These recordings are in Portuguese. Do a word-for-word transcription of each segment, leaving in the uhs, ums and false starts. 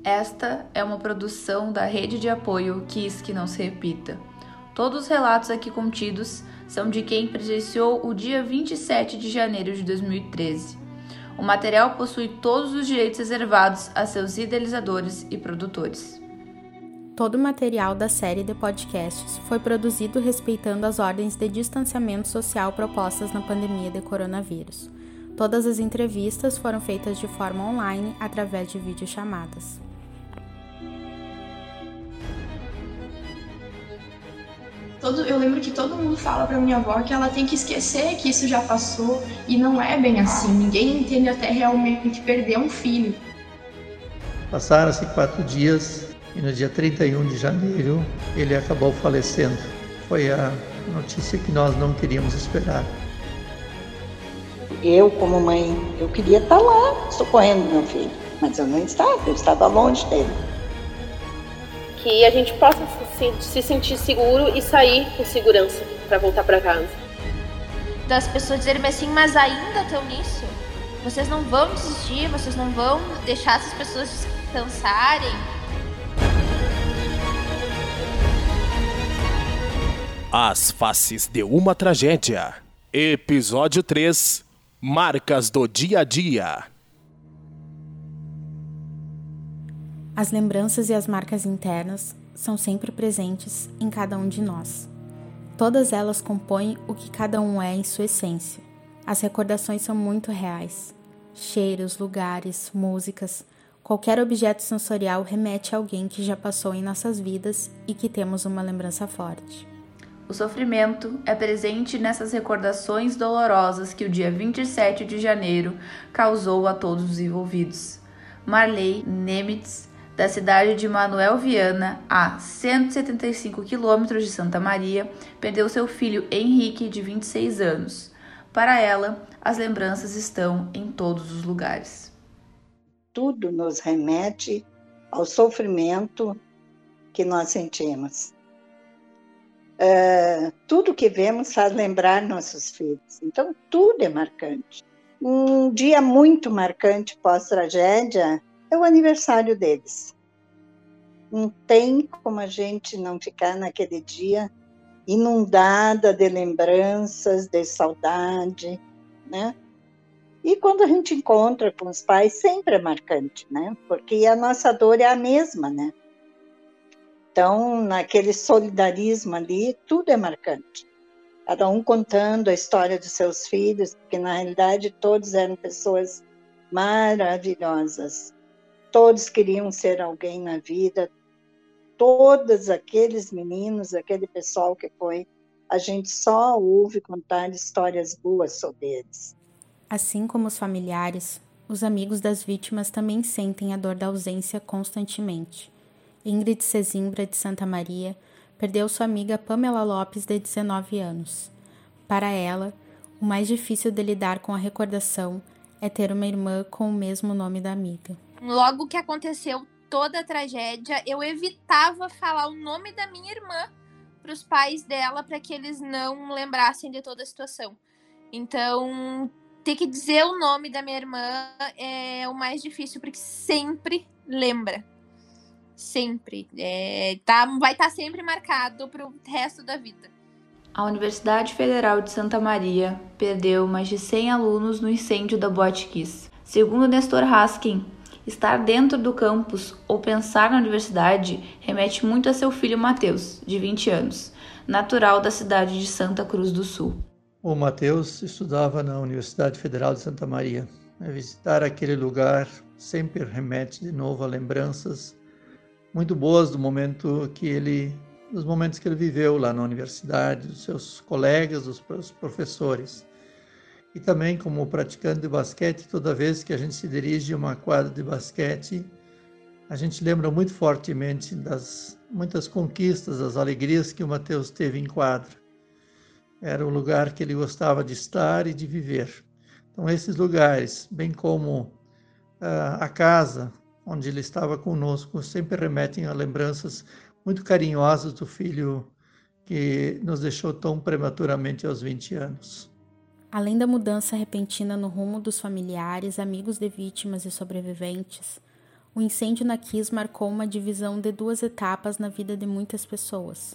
Esta é uma produção da Rede de Apoio Quis Que Não Se Repita. Todos os relatos aqui contidos são de quem presenciou o dia vinte e sete de janeiro de dois mil e treze. O material possui todos os direitos reservados a seus idealizadores e produtores. Todo o material da série de podcasts foi produzido respeitando as ordens de distanciamento social propostas na pandemia de coronavírus. Todas as entrevistas foram feitas de forma online através de videochamadas. Todo, eu lembro que todo mundo fala pra minha avó que ela tem que esquecer que isso já passou, e não é bem assim. Ninguém entende até realmente perder um filho. Passaram-se quatro dias e no dia trinta e um de janeiro ele acabou falecendo. Foi a notícia que nós não queríamos esperar. Eu, como mãe, eu queria estar lá socorrendo meu filho, mas eu não estava, eu estava longe dele. Que a gente possa se, se sentir seguro e sair com segurança para voltar para casa. Das pessoas dizerem assim, mas ainda estão nisso? Vocês não vão desistir, vocês não vão deixar essas pessoas descansarem? As faces de uma tragédia. Episódio três. Marcas do dia a dia. As lembranças e as marcas internas são sempre presentes em cada um de nós. Todas elas compõem o que cada um é em sua essência. As recordações são muito reais. Cheiros, lugares, músicas, qualquer objeto sensorial remete a alguém que já passou em nossas vidas e que temos uma lembrança forte. O sofrimento é presente nessas recordações dolorosas que o dia vinte e sete de janeiro causou a todos os envolvidos. Marley Nemitz, da cidade de Manuel Viana, a cento e setenta e cinco quilômetros de Santa Maria, perdeu seu filho Henrique, de vinte e seis anos. Para ela, as lembranças estão em todos os lugares. Tudo nos remete ao sofrimento que nós sentimos. Uh, tudo que vemos faz lembrar nossos filhos. Então, tudo é marcante. Um dia muito marcante pós-tragédia é o aniversário deles. Não tem como a gente não ficar naquele dia inundada de lembranças, de saudade, né? E quando a gente encontra com os pais, sempre é marcante, né? Porque a nossa dor é a mesma, né? Então, naquele solidarismo ali, tudo é marcante. Cada um contando a história dos seus filhos, porque na realidade todos eram pessoas maravilhosas. Todos queriam ser alguém na vida. Todos aqueles meninos, aquele pessoal que foi, a gente só ouve contar histórias boas sobre eles. Assim como os familiares, os amigos das vítimas também sentem a dor da ausência constantemente. Ingrid Sesimbra, de Santa Maria, perdeu sua amiga Pamela Lopes, de dezenove anos. Para ela, o mais difícil de lidar com a recordação é ter uma irmã com o mesmo nome da amiga. Logo que aconteceu toda a tragédia, eu evitava falar o nome da minha irmã para os pais dela, para que eles não lembrassem de toda a situação. Então, ter que dizer o nome da minha irmã é o mais difícil, porque sempre lembra. Sempre. É, tá, vai estar tá sempre marcado para o resto da vida. A Universidade Federal de Santa Maria perdeu mais de cem alunos no incêndio da Boate Kiss. Segundo Nestor Haskin, estar dentro do campus ou pensar na universidade remete muito a seu filho Matheus, de vinte anos, natural da cidade de Santa Cruz do Sul. O Matheus estudava na Universidade Federal de Santa Maria. Visitar aquele lugar sempre remete de novo a lembranças muito boas do momento que ele, dos momentos que ele viveu lá na universidade, dos seus colegas, dos professores. E também como praticante de basquete, toda vez que a gente se dirige a uma quadra de basquete, a gente lembra muito fortemente das muitas conquistas, das alegrias que o Matheus teve em quadra. Era o lugar que ele gostava de estar e de viver. Então esses lugares, bem como uh, a casa onde ele estava conosco, sempre remetem a lembranças muito carinhosas do filho que nos deixou tão prematuramente aos vinte anos. Além da mudança repentina no rumo dos familiares, amigos de vítimas e sobreviventes, o incêndio na Kiss marcou uma divisão de duas etapas na vida de muitas pessoas.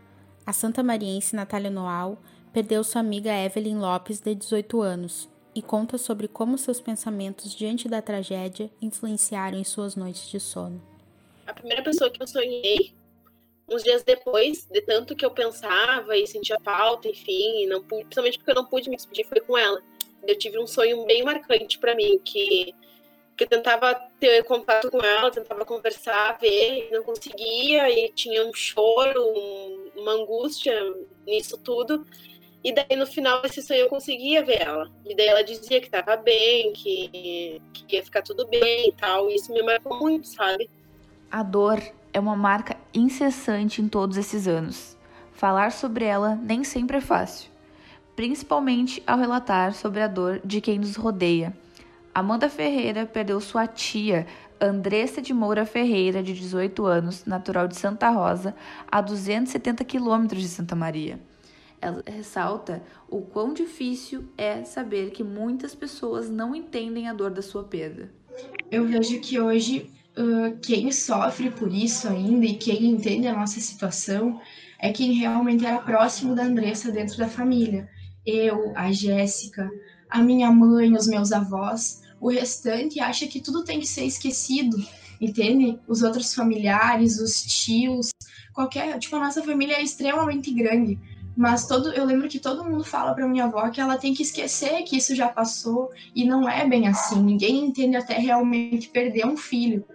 A santamariense Natália Noal perdeu sua amiga Evelyn Lopes, de dezoito anos, e conta sobre como seus pensamentos diante da tragédia influenciaram em suas noites de sono. A primeira pessoa que eu sonhei, uns dias depois, de tanto que eu pensava e sentia falta, enfim, e não pude, principalmente porque eu não pude me despedir, foi com ela. Eu tive um sonho bem marcante para mim, que, que eu tentava ter contato com ela, tentava conversar, ver, e não conseguia, e tinha um choro, um, uma angústia nisso tudo. E daí, no final desse sonho, eu conseguia ver ela. E daí ela dizia que estava bem, que, que ia ficar tudo bem e tal. E isso me marcou muito, sabe? A dor é uma marca incessante em todos esses anos. Falar sobre ela nem sempre é fácil, principalmente ao relatar sobre a dor de quem nos rodeia. Amanda Ferreira perdeu sua tia, Andressa de Moura Ferreira, de dezoito anos, natural de Santa Rosa, a duzentos e setenta quilômetros de Santa Maria. Ela ressalta o quão difícil é saber que muitas pessoas não entendem a dor da sua perda. Eu vejo que hoje uh, quem sofre por isso ainda e quem entende a nossa situação é quem realmente era próximo da Andressa dentro da família. Eu, a Jéssica, a minha mãe, os meus avós. O restante acha que tudo tem que ser esquecido, entende? Os outros familiares, os tios, qualquer... Tipo, a nossa família é extremamente grande. Mas todo, eu lembro que todo mundo fala para minha avó que ela tem que esquecer que isso já passou, e não é bem assim. Ninguém entende até realmente perder um filho.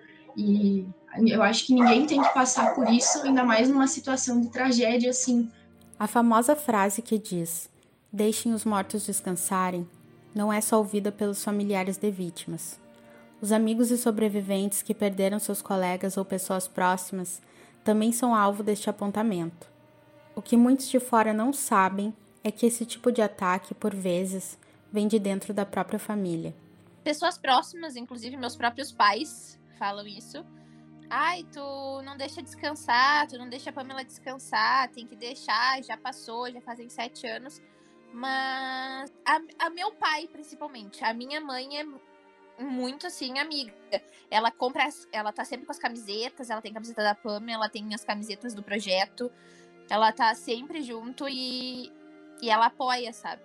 E eu acho que ninguém tem que passar por isso, ainda mais numa situação de tragédia assim. A famosa frase que diz: "Deixem os mortos descansarem", não é só ouvida pelos familiares de vítimas. Os amigos e sobreviventes que perderam seus colegas ou pessoas próximas também são alvo deste apontamento. O que muitos de fora não sabem é que esse tipo de ataque, por vezes, vem de dentro da própria família. Pessoas próximas, inclusive meus próprios pais, falam isso. Ai, tu não deixa descansar, tu não deixa a Pamela descansar, tem que deixar, já passou, já fazem sete anos. Mas a, a meu pai, principalmente, a minha mãe é muito, assim, amiga. Ela compra, ela tá sempre com as camisetas, ela tem a camiseta da Pamela, ela tem as camisetas do projeto. Ela tá sempre junto e, e ela apoia, sabe?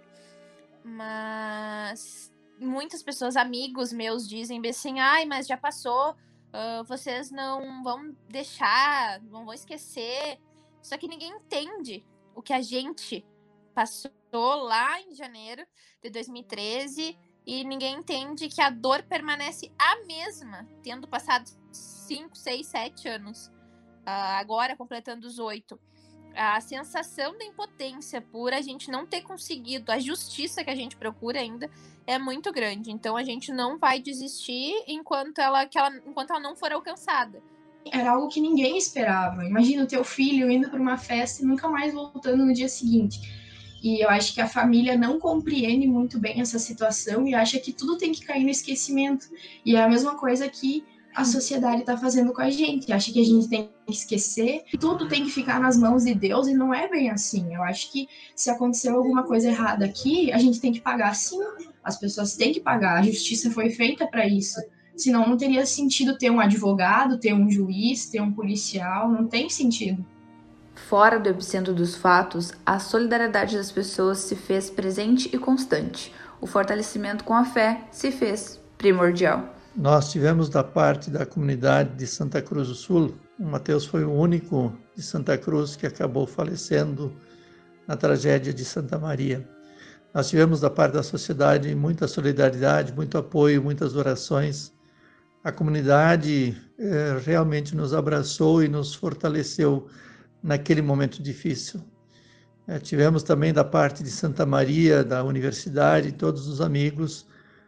Mas muitas pessoas, amigos meus, dizem bem assim, ai, mas já passou, uh, vocês não vão deixar, não vão esquecer. Só que ninguém entende o que a gente passou lá em janeiro de dois mil e treze e ninguém entende que a dor permanece a mesma, tendo passado cinco, seis, sete anos. Uh, agora completando os oito. A sensação da impotência por a gente não ter conseguido a justiça que a gente procura ainda é muito grande. Então a gente não vai desistir enquanto ela, que ela, enquanto ela não for alcançada. Era algo que ninguém esperava. Imagina o teu filho indo para uma festa e nunca mais voltando no dia seguinte. E eu acho que a família não compreende muito bem essa situação e acha que tudo tem que cair no esquecimento. E é a mesma coisa que a sociedade está fazendo com a gente. Acha que a gente tem que esquecer, que tudo tem que ficar nas mãos de Deus, e não é bem assim. Eu acho que se aconteceu alguma coisa errada aqui, a gente tem que pagar sim. As pessoas têm que pagar. A justiça foi feita para isso. Senão não teria sentido ter um advogado, ter um juiz, ter um policial. Não tem sentido. Fora do epicentro dos fatos, a solidariedade das pessoas se fez presente e constante. O fortalecimento com a fé se fez primordial. Nós tivemos da parte da comunidade de Santa Cruz do Sul, o Mateus foi o único de Santa Cruz que acabou falecendo na tragédia de Santa Maria. Nós tivemos da parte da sociedade muita solidariedade, muito apoio, muitas orações. A comunidade eh, realmente nos abraçou e nos fortaleceu naquele momento difícil. Eh, tivemos também da parte de Santa Maria, da universidade, todos os amigos,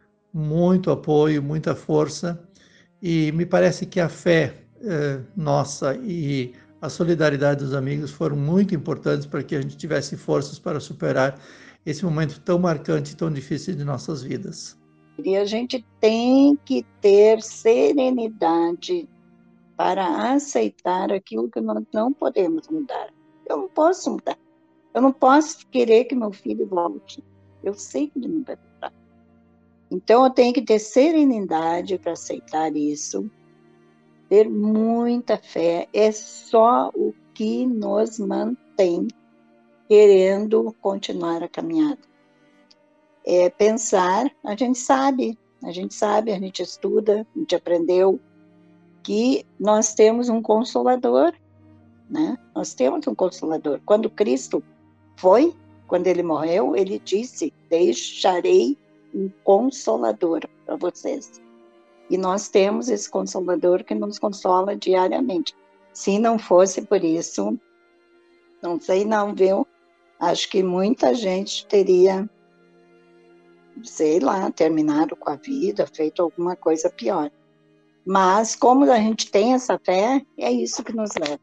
muito apoio, muita força, e me parece que a fé eh, nossa e a solidariedade dos amigos foram muito importantes para que a gente tivesse forças para superar esse momento tão marcante e tão difícil de nossas vidas. E a gente tem que ter serenidade para aceitar aquilo que nós não podemos mudar. Eu não posso mudar. Eu não posso querer que meu filho volte. Eu sei que ele não vai voltar. Então, eu tenho que ter serenidade para aceitar isso ter muita fé, é só o que nos mantém querendo continuar a caminhada. É pensar, a gente sabe, a gente sabe, a gente estuda, a gente aprendeu que nós temos um Consolador, né? Nós temos um Consolador. Quando Cristo foi, quando ele morreu, ele disse, deixarei um Consolador para vocês. E nós temos esse Consolador que nos consola diariamente. Se não fosse por isso, não sei não, viu? Acho que muita gente teria, sei lá, terminado com a vida, feito alguma coisa pior. Mas como a gente tem essa fé, é isso que nos leva.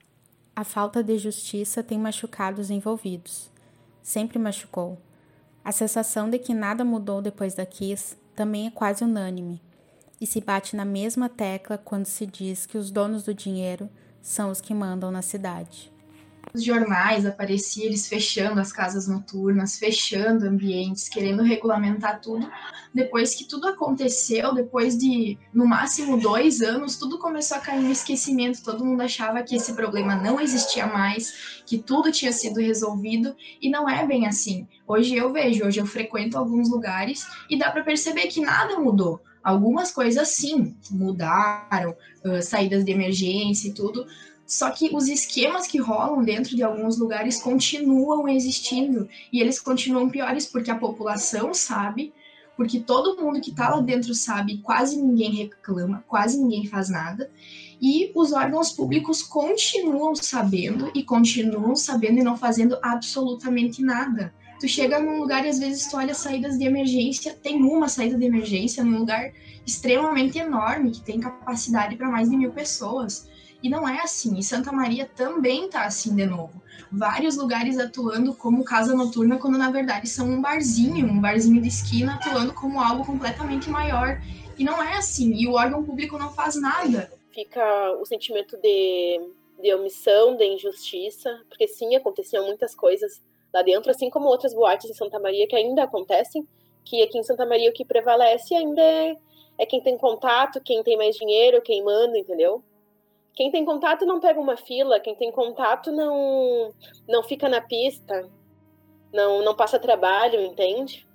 A falta de justiça tem machucado os envolvidos. Sempre machucou. A sensação de que nada mudou depois da Kiss também é quase unânime. E se bate na mesma tecla quando se diz que os donos do dinheiro são os que mandam na cidade. Os jornais apareciam eles fechando as casas noturnas, fechando ambientes, querendo regulamentar tudo. Depois que tudo aconteceu, depois de, no máximo, dois anos, tudo começou a cair no esquecimento. Todo mundo achava que esse problema não existia mais, que tudo tinha sido resolvido, e não é bem assim. Hoje eu vejo, hoje eu frequento alguns lugares e dá para perceber que nada mudou. Algumas coisas, sim, mudaram, uh, saídas de emergência e tudo, só que os esquemas que rolam dentro de alguns lugares continuam existindo, e eles continuam piores porque a população sabe, porque todo mundo que está lá dentro sabe, quase ninguém reclama, quase ninguém faz nada, e os órgãos públicos continuam sabendo, e continuam sabendo e não fazendo absolutamente nada. Tu chega num lugar e às vezes tu olha saídas de emergência, tem uma saída de emergência num lugar extremamente enorme, que tem capacidade para mais de mil pessoas. E não é assim. E Santa Maria também tá assim de novo. Vários lugares atuando como casa noturna, quando na verdade são um barzinho, um barzinho de esquina atuando como algo completamente maior. E não é assim. E o órgão público não faz nada. Fica o sentimento de, de omissão, de injustiça, porque sim, aconteciam muitas coisas lá dentro, assim como outras boates em Santa Maria que ainda acontecem, que aqui em Santa Maria o que prevalece ainda é, é quem tem contato, quem tem mais dinheiro, quem manda, entendeu? Quem tem contato não pega uma fila, quem tem contato não, não fica na pista, não, não passa trabalho, entende?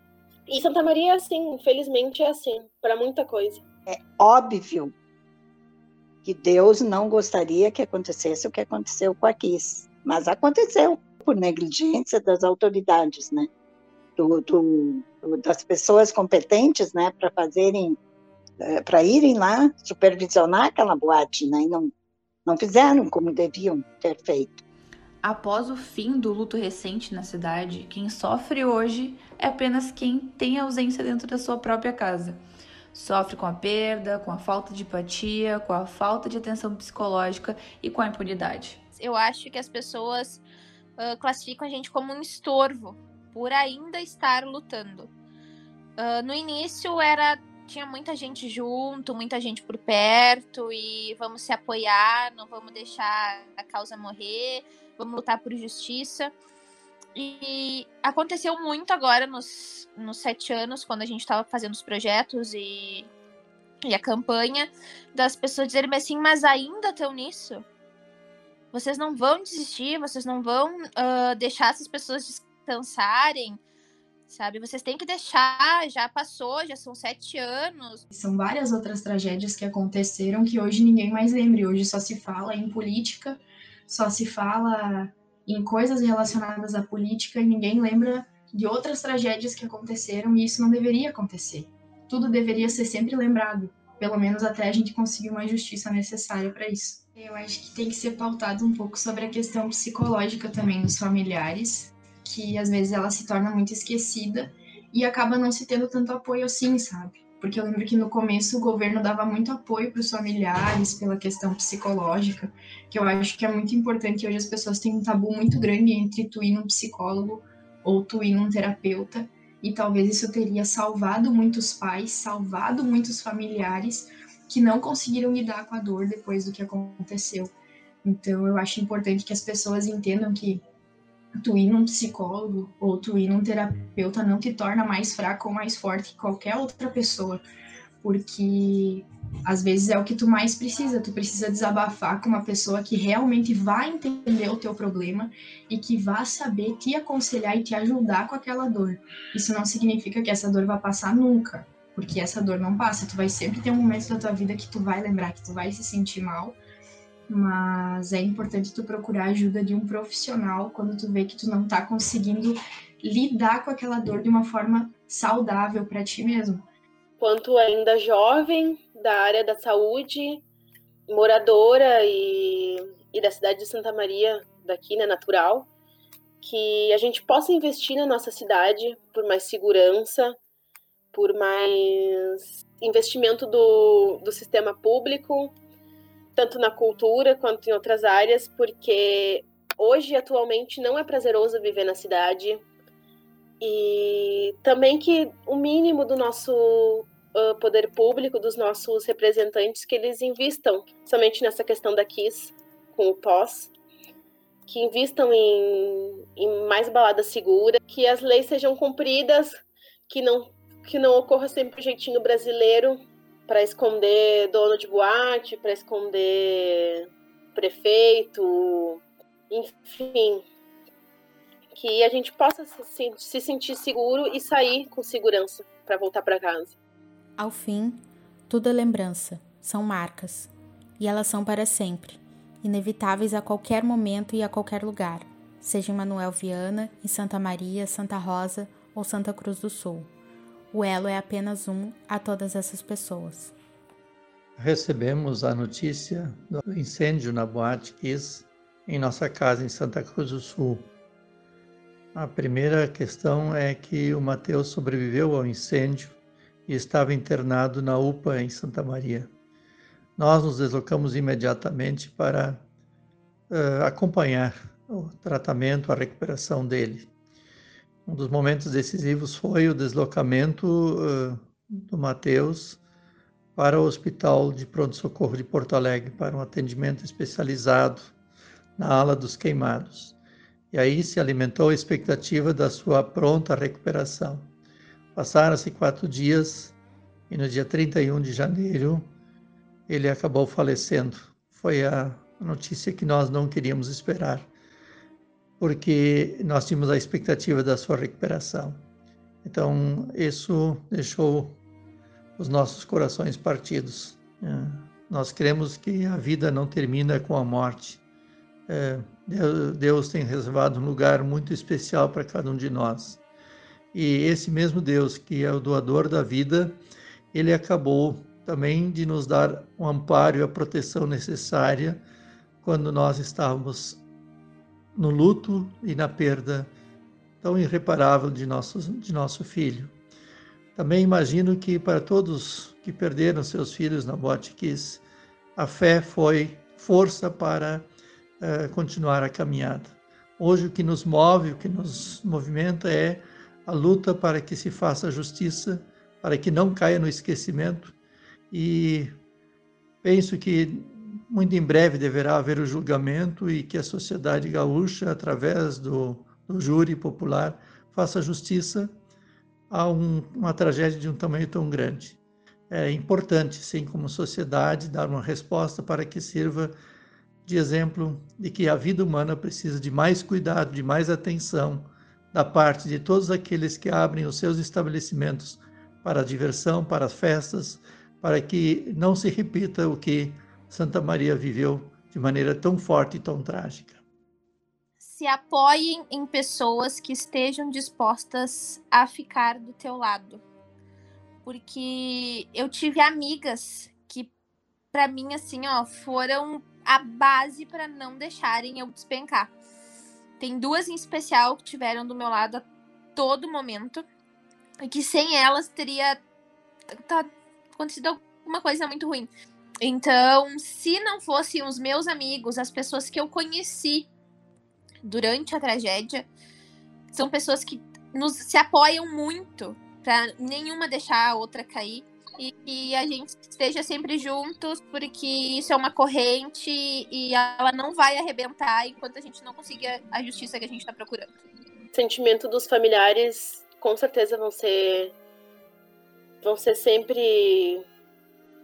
E Santa Maria é assim, infelizmente é assim, para muita coisa. É óbvio que Deus não gostaria que acontecesse o que aconteceu com a Kiss, mas aconteceu por negligência das autoridades, né? Do, do, do, das pessoas competentes, né, para fazerem, para irem lá supervisionar aquela boate, né, e não, não fizeram como deviam ter feito. Após o fim do luto recente na cidade, quem sofre hoje é apenas quem tem ausência dentro da sua própria casa. Sofre com a perda, com a falta de empatia, com a falta de atenção psicológica e com a impunidade. Eu acho que as pessoas uh, classificam a gente como um estorvo por ainda estar lutando. Uh, no início era tinha muita gente junto, muita gente por perto e vamos se apoiar, não vamos deixar a causa morrer, vamos lutar por justiça. E aconteceu muito agora nos, nos sete anos, quando a gente estava fazendo os projetos e, e a campanha, das pessoas dizerem assim, mas ainda estão nisso? Vocês não vão desistir, vocês não vão uh, deixar essas pessoas descansarem, sabe? Vocês têm que deixar, já passou, já são sete anos. São várias outras tragédias que aconteceram que hoje ninguém mais lembra. Hoje só se fala em política, só se fala em coisas relacionadas à política e ninguém lembra de outras tragédias que aconteceram, e isso não deveria acontecer. Tudo deveria ser sempre lembrado, pelo menos até a gente conseguir uma justiça necessária para isso. Eu acho que tem que ser pautado um pouco sobre a questão psicológica também dos familiares, que às vezes ela se torna muito esquecida e acaba não se tendo tanto apoio assim, sabe? Porque eu lembro que no começo o governo dava muito apoio para os familiares pela questão psicológica, que eu acho que é muito importante. Hoje as pessoas têm um tabu muito grande entre tu ir num psicólogo ou tu ir num terapeuta, e talvez isso teria salvado muitos pais, salvado muitos familiares que não conseguiram lidar com a dor depois do que aconteceu. Então eu acho importante que as pessoas entendam que tu ir num psicólogo ou tu ir num terapeuta não te torna mais fraco ou mais forte que qualquer outra pessoa. porque às vezes é o que tu mais precisa, tu precisa desabafar com uma pessoa que realmente vai entender o teu problema e que vai saber te aconselhar e te ajudar com aquela dor. Isso não significa que essa dor vai passar nunca, porque essa dor não passa, tu vai sempre ter um momento da tua vida que tu vai lembrar, que tu vai se sentir mal, mas é importante tu procurar a ajuda de um profissional quando tu vê que tu não tá conseguindo lidar com aquela dor de uma forma saudável para ti mesmo. Quanto ainda jovem, da área da saúde, moradora e, e da cidade de Santa Maria, daqui, né, natural, que a gente possa investir na nossa cidade por mais segurança, por mais investimento do, do sistema público, tanto na cultura quanto em outras áreas, porque hoje, atualmente, não é prazeroso viver na cidade. E também que o mínimo do nosso uh, poder público, dos nossos representantes, que eles invistam somente nessa questão da Kiss, com o pós, que invistam em, em mais balada segura, que as leis sejam cumpridas, que não, que não ocorra sempre o jeitinho brasileiro para esconder dono de boate, para esconder prefeito, enfim, que a gente possa se, se sentir seguro e sair com segurança para voltar para casa. Ao fim, tudo é lembrança, são marcas, e elas são para sempre, inevitáveis a qualquer momento e a qualquer lugar, seja em Manuel Viana, em Santa Maria, Santa Rosa ou Santa Cruz do Sul. O elo é apenas um a todas essas pessoas. Recebemos a notícia do incêndio na Boate Kiss em nossa casa em Santa Cruz do Sul. A primeira questão é que o Matheus sobreviveu ao incêndio e estava internado na U P A em Santa Maria. Nós nos deslocamos imediatamente para uh, acompanhar o tratamento, a recuperação dele. Um dos momentos decisivos foi o deslocamento uh, do Matheus para o Hospital de Pronto-Socorro de Porto Alegre, para um atendimento especializado na ala dos queimados. E aí se alimentou a expectativa da sua pronta recuperação. Passaram-se quatro dias e no dia trinta e um de janeiro ele acabou falecendo. Foi a notícia que nós não queríamos esperar, porque nós tínhamos a expectativa da sua recuperação. Então, isso deixou os nossos corações partidos. Nós cremos que a vida não termina com a morte. Deus tem reservado um lugar muito especial para cada um de nós. E esse mesmo Deus, que é o doador da vida, ele acabou também de nos dar o amparo e a proteção necessária quando nós estávamos no luto e na perda tão irreparável de nosso, de nosso filho. Também imagino que para todos que perderam seus filhos na Boate Kiss, a fé foi força para uh, continuar a caminhada. Hoje o que nos move, o que nos movimenta é a luta para que se faça justiça, para que não caia no esquecimento, e penso que muito em breve deverá haver o julgamento e que a sociedade gaúcha, através do, do júri popular, faça justiça a um, uma tragédia de um tamanho tão grande. É importante, sim, como sociedade, dar uma resposta para que sirva de exemplo de que a vida humana precisa de mais cuidado, de mais atenção da parte de todos aqueles que abrem os seus estabelecimentos para a diversão, para as festas, para que não se repita o que Santa Maria viveu de maneira tão forte e tão trágica. Se apoiem em pessoas que estejam dispostas a ficar do teu lado. Porque eu tive amigas que, para mim, assim, ó, foram a base para não deixarem eu despencar. Tem duas em especial que tiveram do meu lado a todo momento. E que sem elas teria tá, acontecido alguma coisa muito ruim. Então, se não fossem os meus amigos, as pessoas que eu conheci durante a tragédia, são pessoas que nos, se apoiam muito para nenhuma deixar a outra cair e que a gente esteja sempre juntos, porque isso é uma corrente e ela não vai arrebentar enquanto a gente não conseguir a justiça que a gente está procurando. O sentimento dos familiares com certeza vão ser vão ser sempre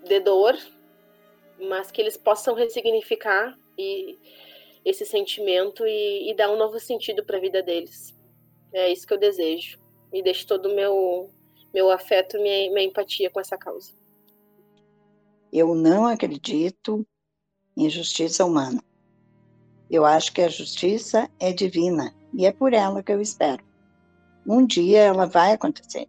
de dor, mas que eles possam ressignificar e, esse sentimento e, e dar um novo sentido para a vida deles. É isso que eu desejo. E deixo todo o meu, meu afeto, minha, minha empatia com essa causa. Eu não acredito em justiça humana. Eu acho que a justiça é divina e é por ela que eu espero. Um dia ela vai acontecer.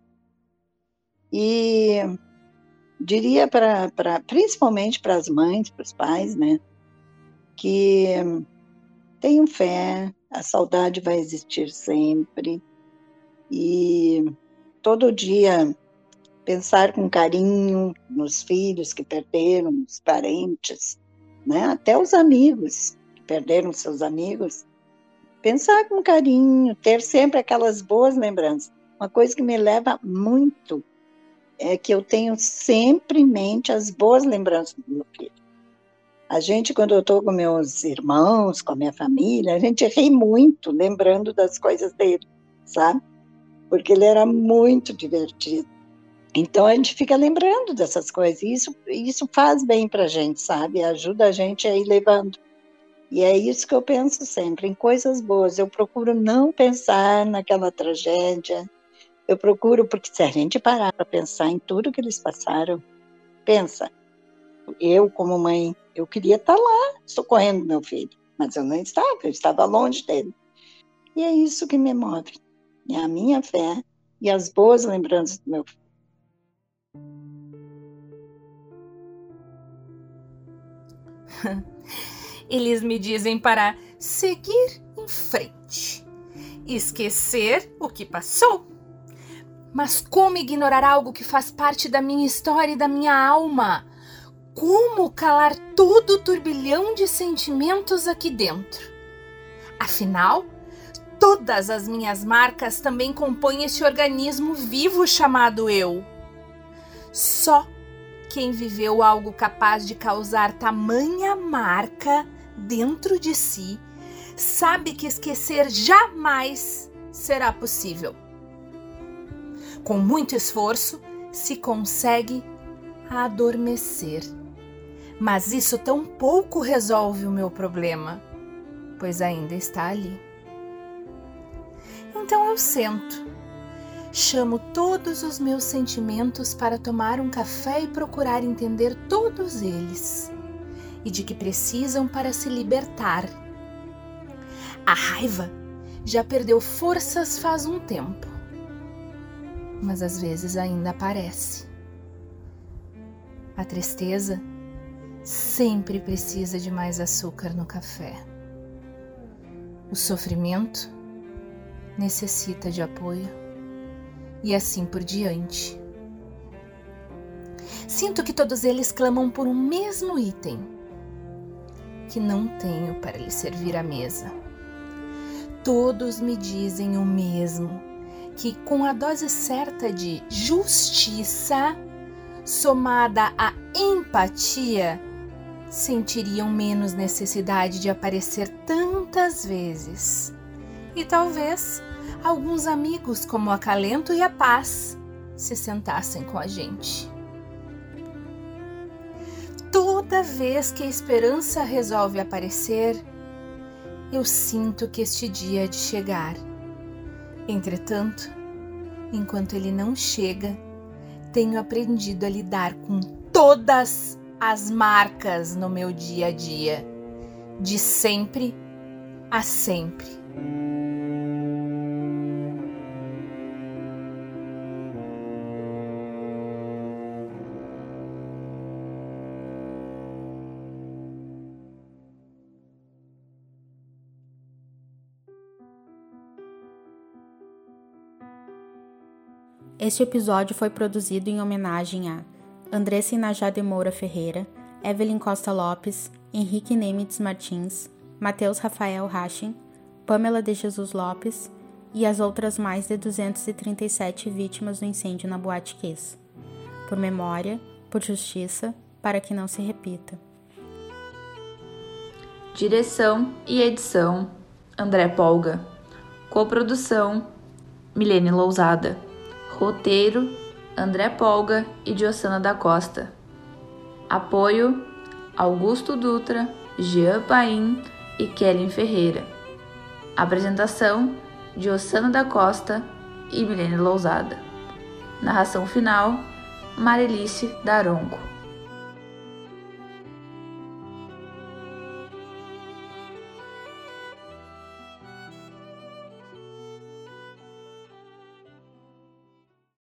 E diria para, para principalmente para as mães, para os pais, né, que tenham fé, a saudade vai existir sempre e todo dia pensar com carinho nos filhos que perderam, os parentes, né, até os amigos que perderam seus amigos, pensar com carinho, ter sempre aquelas boas lembranças. Uma coisa que me leva muito é que eu tenho sempre em mente as boas lembranças do meu filho. A gente, quando eu estou com meus irmãos, com a minha família, a gente ri muito lembrando das coisas dele, sabe? Porque ele era muito divertido. Então a gente fica lembrando dessas coisas. E isso, isso faz bem para a gente, sabe? Ajuda a gente a ir levando. E é isso que eu penso sempre, em coisas boas. Eu procuro não pensar naquela tragédia. Eu procuro, porque se a gente parar para pensar em tudo que eles passaram, pensa, eu como mãe, eu queria estar lá socorrendo meu filho, mas eu não estava, eu estava longe dele. E é isso que me move, é a minha fé e as boas lembranças do meu filho. Eles me dizem para seguir em frente, esquecer o que passou. Mas como ignorar algo que faz parte da minha história e da minha alma? Como calar todo o turbilhão de sentimentos aqui dentro? Afinal, todas as minhas marcas também compõem esse organismo vivo chamado eu. Só quem viveu algo capaz de causar tamanha marca dentro de si sabe que esquecer jamais será possível. Com muito esforço, se consegue adormecer. Mas isso tão pouco resolve o meu problema, pois ainda está ali. Então eu sento, chamo todos os meus sentimentos para tomar um café e procurar entender todos eles e de que precisam para se libertar. A raiva já perdeu forças faz um tempo, mas às vezes ainda aparece. A tristeza sempre precisa de mais açúcar no café. O sofrimento necessita de apoio e assim por diante. Sinto que todos eles clamam por um mesmo item, que não tenho para lhe servir à mesa. Todos me dizem o mesmo, que com a dose certa de justiça, somada à empatia, sentiriam menos necessidade de aparecer tantas vezes. E talvez alguns amigos como o Acalento e a Paz se sentassem com a gente. Toda vez que a esperança resolve aparecer, eu sinto que este dia é de chegar. Entretanto, enquanto ele não chega, tenho aprendido a lidar com todas as marcas no meu dia a dia, de sempre a sempre. Este episódio foi produzido em homenagem a Andressa Inajá de Moura Ferreira, Evelyn Costa Lopes, Henrique Nemitz Martins, Matheus Rafael Rachin, Pamela de Jesus Lopes e as outras mais de duzentas e trinta e sete vítimas do incêndio na Boate Kiss. Por memória, por justiça, para que não se repita. Direção e edição, André Polga. Coprodução, Milene Lousada. Roteiro, André Polga e Diossana da Costa. Apoio: Augusto Dutra, Jean Paim e Kellen Ferreira. Apresentação: Diossana da Costa e Milene Lousada. Narração final: Marilice Daronco.